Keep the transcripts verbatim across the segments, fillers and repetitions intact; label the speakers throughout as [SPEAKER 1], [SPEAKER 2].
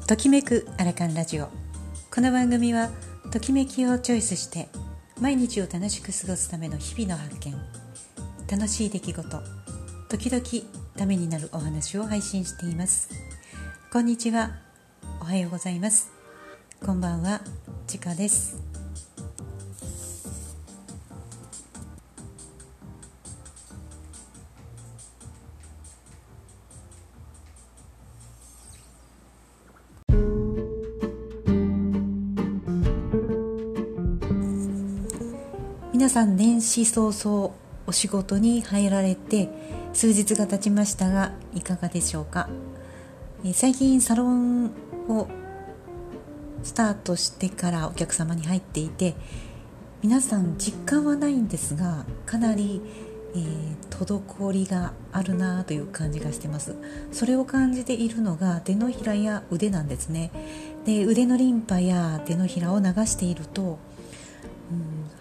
[SPEAKER 1] ときめくアラカンラジオ。この番組はときめきをチョイスして毎日を楽しく過ごすための日々の発見、楽しい出来事、時々ためになるお話を配信しています。こんにちは、おはようございます、こんばんは、ちかです。皆さん、年始早々お仕事に入られて数日が経ちましたが、いかがでしょうか。えー、最近サロンをスタートしてからお客様に入っていて、皆さん実感はないんですが、かなり、えー、滞りがあるなという感じがしてます。それを感じているのが手のひらや腕なんですね。で、腕のリンパや手のひらを流していると、うん、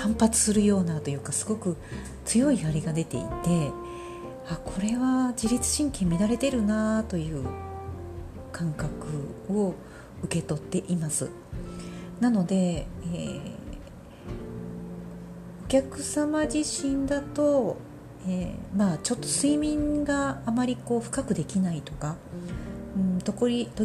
[SPEAKER 1] 反発するようなというか、すごく強い張りが出ていて、あ、これは自律神経乱れてるなという感覚を受け取っています。なので、えー、お客様自身だと、えーまあ、ちょっと睡眠があまりこう深くできないとか、うん、時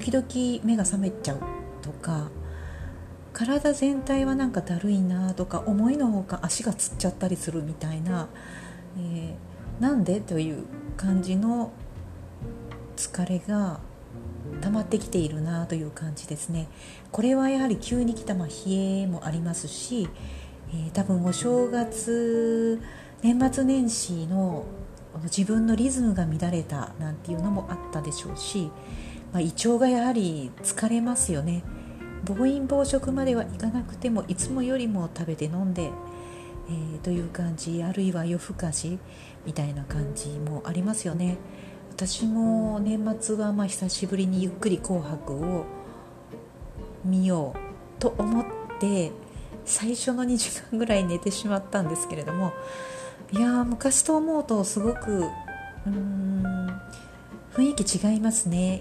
[SPEAKER 1] 々目が覚めちゃうとか、体全体はなんかだるいなとか、思いのほか足がつっちゃったりするみたいな、えー、なんでという感じの疲れが溜まってきているなという感じですね。これはやはり急に来た、まあ、冷えもありますし、えー、多分お正月年末年始の自分のリズムが乱れたなんていうのもあったでしょうし、まあ、胃腸がやはり疲れますよね。暴飲暴食まではいかなくても、いつもよりも食べて飲んで、えー、という感じ、あるいは夜更かしみたいな感じもありますよね。私も年末はまあ久しぶりにゆっくり紅白を見ようと思って最初のにじかんぐらい寝てしまったんですけれども、いや昔と思うとすごくうーん雰囲気違いますね。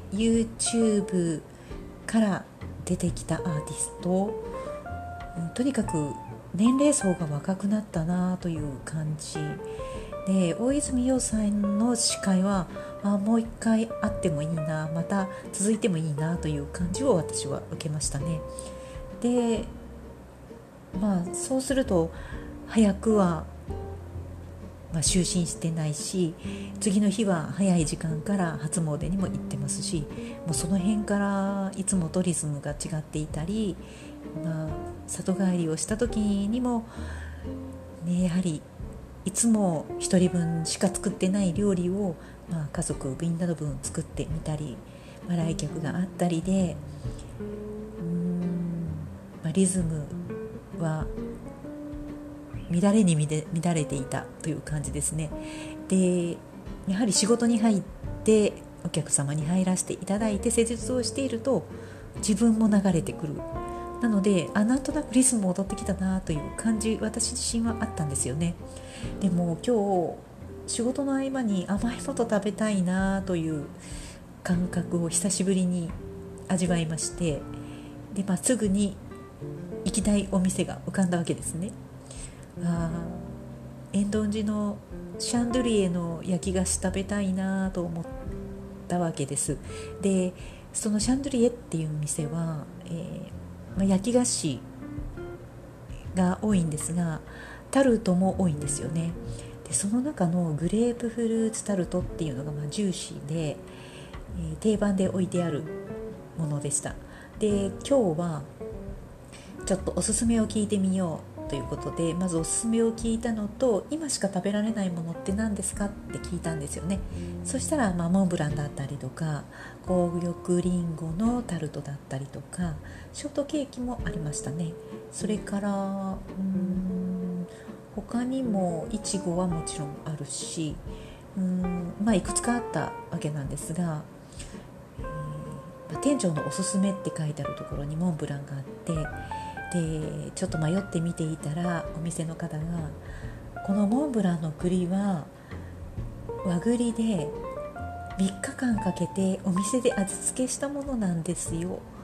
[SPEAKER 1] YouTube から出てきたアーティスト、とにかく年齢層が若くなったなという感じで、大泉洋さんの司会はあもう一回あってもいいな、また続いてもいいなという感じを私は受けましたね。で、まあそうすると早くはまあ、就寝してないし、次の日は早い時間から初詣にも行ってますし、もうその辺からいつもとリズムが違っていたり、まあ、里帰りをした時にも、ね、やはりいつも一人分しか作ってない料理を、まあ、家族みんなの分作ってみたり、まあ、来客があったりで、うーん、まあ、リズムは乱れに乱れていたという感じですね。で、やはり仕事に入ってお客様に入らせていただいて施術をしていると自分も流れてくる。なので、あ、なんとなくリズム戻ってきたなという感じ、私自身はあったんですよね。でも今日仕事の合間に甘いもの食べたいなという感覚を久しぶりに味わいまして、で、まあ、すぐに行きたいお店が浮かんだわけですね。あ、円頓寺のシャンドリエの焼き菓子食べたいなと思ったわけです。で、そのシャンドリエっていう店は、えーまあ、焼き菓子が多いんですが、タルトも多いんですよね。で、その中のグレープフルーツタルトっていうのがまあジューシーで、えー、定番で置いてあるものでした。で、今日はちょっとおすすめを聞いてみようということで、まずおすすめを聞いたのと、今しか食べられないものって何ですかって聞いたんですよね。そしたら、まあ、モンブランだったりとか、紅玉リンゴのタルトだったりとか、ショートケーキもありましたね。それからうーん他にもいちごはもちろんあるし、うーん、まあ、いくつかあったわけなんですが、えー、店長のおすすめって書いてあるところにモンブランがあって、でちょっと迷って見ていたら、お店の方が、このモンブランの栗は和栗でみっかかんかけてお店で味付けしたものなんですよ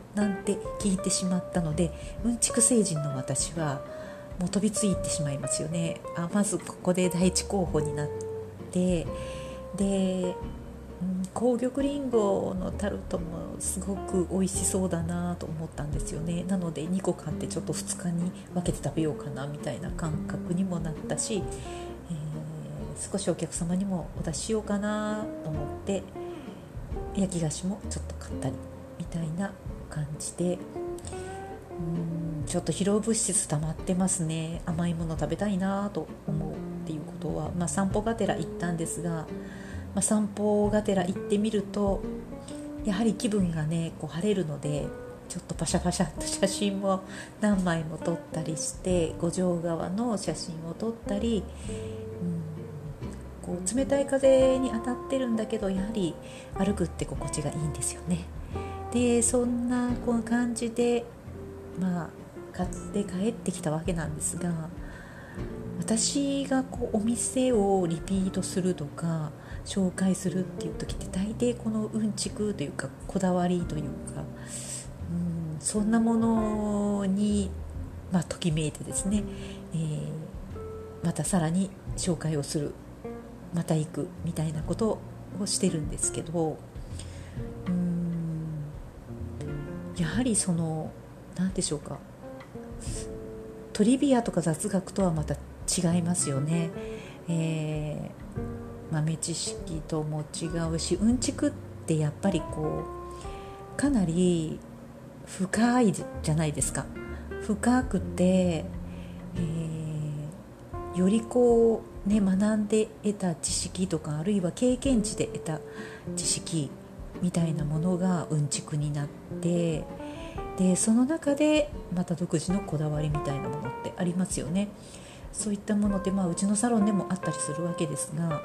[SPEAKER 1] なんて聞いてしまったので、うんちく星人の私はもう飛びついてしまいますよね。あまずここで第一候補になって、で、うん、紅玉りんごのタルトもすごく美味しそうだなと思ったんですよね。なのでにこ買ってちょっとふつかに分けて食べようかなみたいな感覚にもなったし、えー、少しお客様にもお出ししようかなと思って焼き菓子もちょっと買ったりみたいな感じで、うんちょっと疲労物質溜まってますね。甘いもの食べたいなと思うっていうことは、まあ、散歩がてら行ったんですが、まあ、散歩がてら行ってみるとやはり気分がねこう晴れるので、ちょっとパシャパシャっと写真も何枚も撮ったりして、五条川の写真を撮ったり、うんこう冷たい風に当たってるんだけどやはり歩くって心地がいいんですよね。でそんなこう感じでまあ買って帰ってきたわけなんですが、私がこうお店をリピートするとか紹介するっていう時って大抵このうんちくというかこだわりというか、うんそんなものに、まあ、ときめいてですね、えー、またさらに紹介をする、また行くみたいなことをしてるんですけど、うんやはりその何でしょうか、トリビアとか雑学とはまた違いますよね。えー、豆知識とも違うし、うんちくってやっぱりこうかなり深いじゃないですか。深くて、えー、よりこうね学んで得た知識とか、あるいは経験値で得た知識みたいなものがうんちくになって、でその中でまた独自のこだわりみたいなものってありますよね。そういったものって、まあ、うちのサロンでもあったりするわけですが、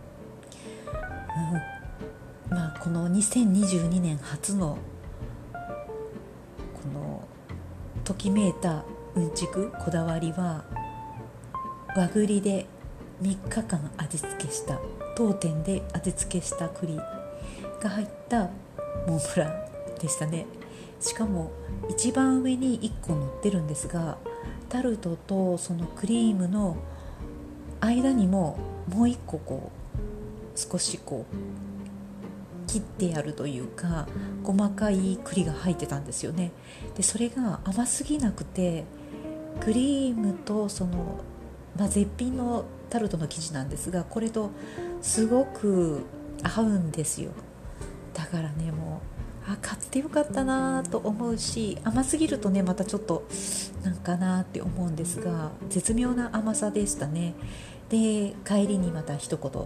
[SPEAKER 1] うんまあ、このにせんにじゅうにねん初のこのときめいたうんちくこだわりは、和栗でみっかかん味付けした当店で味付けした栗が入ったモンブランでしたね。しかも一番上にいっこ乗ってるんですが、タルトとそのクリームの間にももういっここう少しこう切ってあるというか細かい栗が入ってたんですよね。でそれが甘すぎなくて、クリームとその、まあ、絶品のタルトの生地なんですが、これとすごく合うんですよ。だからねもうあ買ってよかったなと思うし、甘すぎるとねまたちょっとなんかなって思うんですが、絶妙な甘さでしたね。で帰りにまた一言、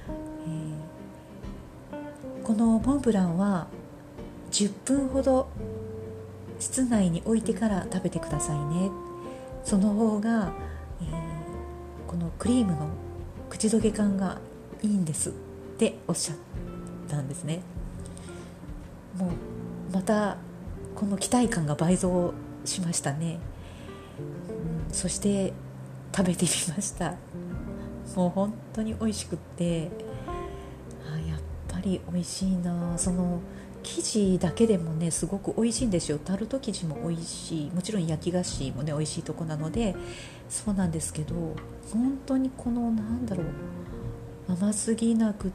[SPEAKER 1] えー、このモンブランはじゅっぷんほど室内に置いてから食べてくださいね。その方が、えー、このクリームの口どけ感がいいんですっておっしゃったんですね。もうまたこの期待感が倍増しましたね、うん、そして食べてみました。もう本当に美味しくって、あやっぱり美味しいな。その生地だけでもねすごく美味しいんですよ。タルト生地も美味しい、もちろん焼き菓子もね美味しいとこなのでそうなんですけど、本当にこのなんだろう、甘すぎなくって、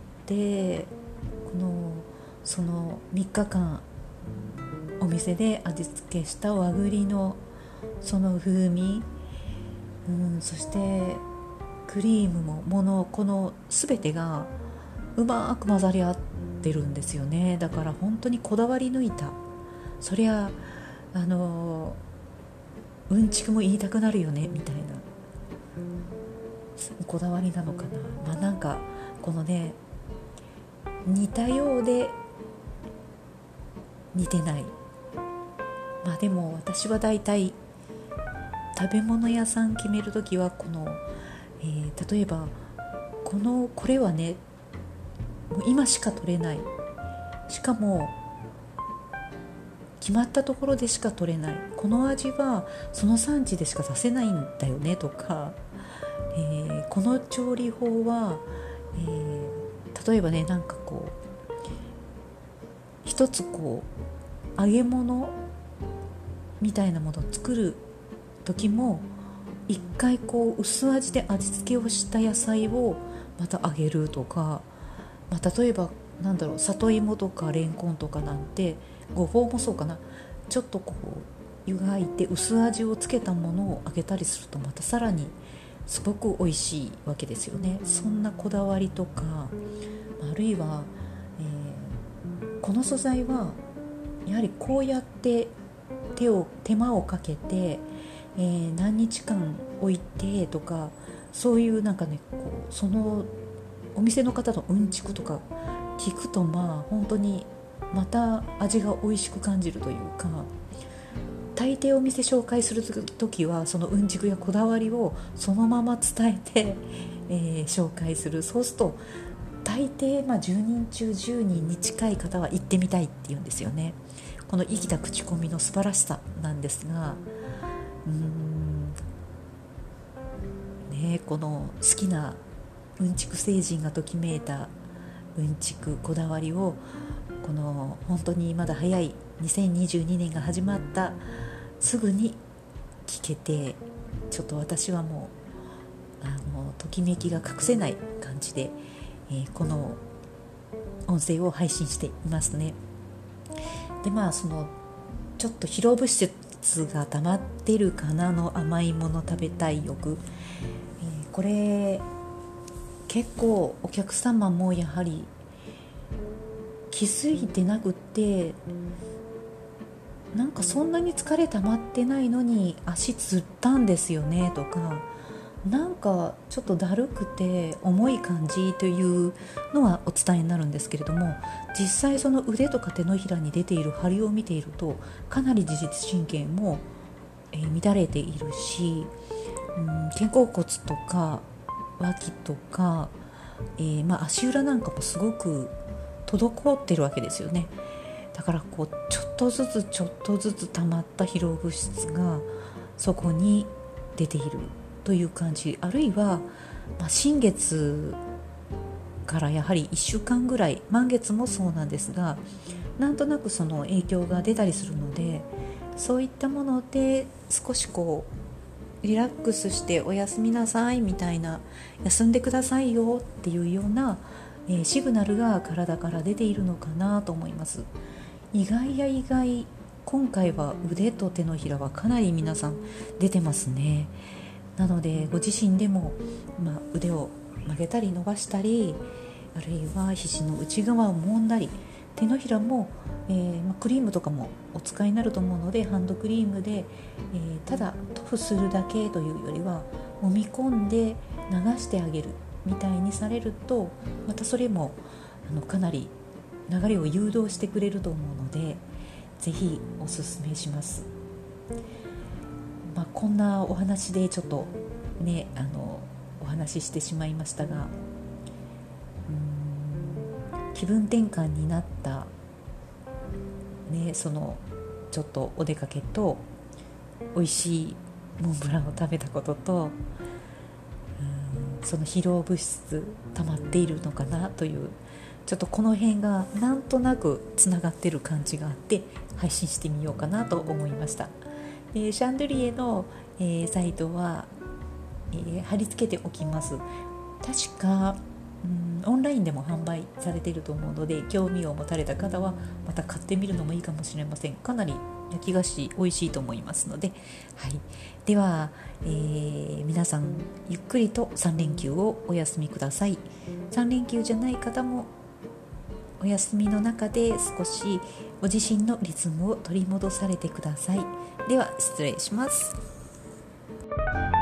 [SPEAKER 1] このそのみっかかんお店で味付けした和栗のその風味、うん、そしてクリームもものこの全てがうまく混ざり合ってるんですよね。だから本当にこだわり抜いた、そりゃあのうんちくも言いたくなるよねみたいなこだわりなのかな。まあなんかこのね似たようで似てない、まあでも私はだいたい食べ物屋さん決めるときはこの、えー、例えばこのこれはねもう今しか取れない、しかも決まったところでしか取れない、この味はその産地でしか出せないんだよねとか、えー、この調理法は、えー、例えばねなんかこう一つこう揚げ物みたいなものを作る時も一回こう薄味で味付けをした野菜をまた揚げるとか、まあ、例えばなんだろう里芋とかレンコンとかなんて、ごぼうもそうかな、ちょっとこう湯がいて薄味をつけたものを揚げたりするとまたさらにすごく美味しいわけですよね。そんなこだわりとか、あるいは、えー、この素材はやはりこうやって手を手間をかけて、えー、何日間置いてとか、そういうなんかねこうそのお店の方のうんちくとか聞くと、まあ本当にまた味が美味しく感じるというか、大抵お店紹介するときはそのうんちくやこだわりをそのまま伝えて、えー、紹介する。そうすると大抵、まあ、じゅうにん中じゅうにんに近い方は行ってみたいって言うんですよね。この生きた口コミの素晴らしさなんですが、うーん、ね、この好きなうんちく星人がときめいたうんちくこだわりを、この本当にまだ早いにせんにじゅうにねんが始まったすぐに聞けて、ちょっと私はもうあのときめきが隠せない感じで、えー、この音声を配信していますね。でまあそのちょっと疲労物質が溜まってるかなの甘いもの食べたい欲、えー、これ結構お客様もやはり気づいてなくって、なんかそんなに疲れ溜まってないのに足つったんですよねとか、なんかちょっとだるくて重い感じというのはお伝えになるんですけれども、実際その腕とか手のひらに出ている張りを見ているとかなり自律神経も、えー、乱れているし、うん、肩甲骨とか脇とか、えーまあ、足裏なんかもすごく滞ってるわけですよね。だからこうちょっとずつちょっとずつ溜まった疲労物質がそこに出ているという感じ、あるいは、まあ、新月からやはりいっしゅうかんぐらい、満月もそうなんですが、なんとなくその影響が出たりするので、そういったもので少しこうリラックスしておやすみなさいみたいな、休んでくださいよっていうような、えー、シグナルが体から出ているのかなと思います。意外や意外、今回は腕と手のひらはかなり皆さん出てますね。なのでご自身でも、まあ、腕を曲げたり伸ばしたり、あるいは肘の内側を揉んだり、手のひらも、えーまあ、クリームとかもお使いになると思うので、ハンドクリームで、えー、ただ塗布するだけというよりは揉み込んで流してあげるみたいにされると、またそれもあのかなり流れを誘導してくれると思うので、ぜひおすすめします。まあ、こんなお話でちょっとね、あのお話ししてしまいましたが、うーん、気分転換になった、ね、そのちょっとお出かけと美味しいモンブランを食べたことと、うーん、その疲労物質溜まっているのかなという、ちょっとこの辺がなんとなくつながってる感じがあって配信してみようかなと思いました。でシャンドリエの、えー、サイトは、えー、貼り付けておきます。確か、うん、オンラインでも販売されていると思うので、興味を持たれた方はまた買ってみるのもいいかもしれません。かなり焼き菓子美味しいと思いますので、はい、では、えー、皆さんゆっくりとさん連休をお休みください。さん連休じゃない方もお休みの中で少しご自身のリズムを取り戻されてください。では失礼します。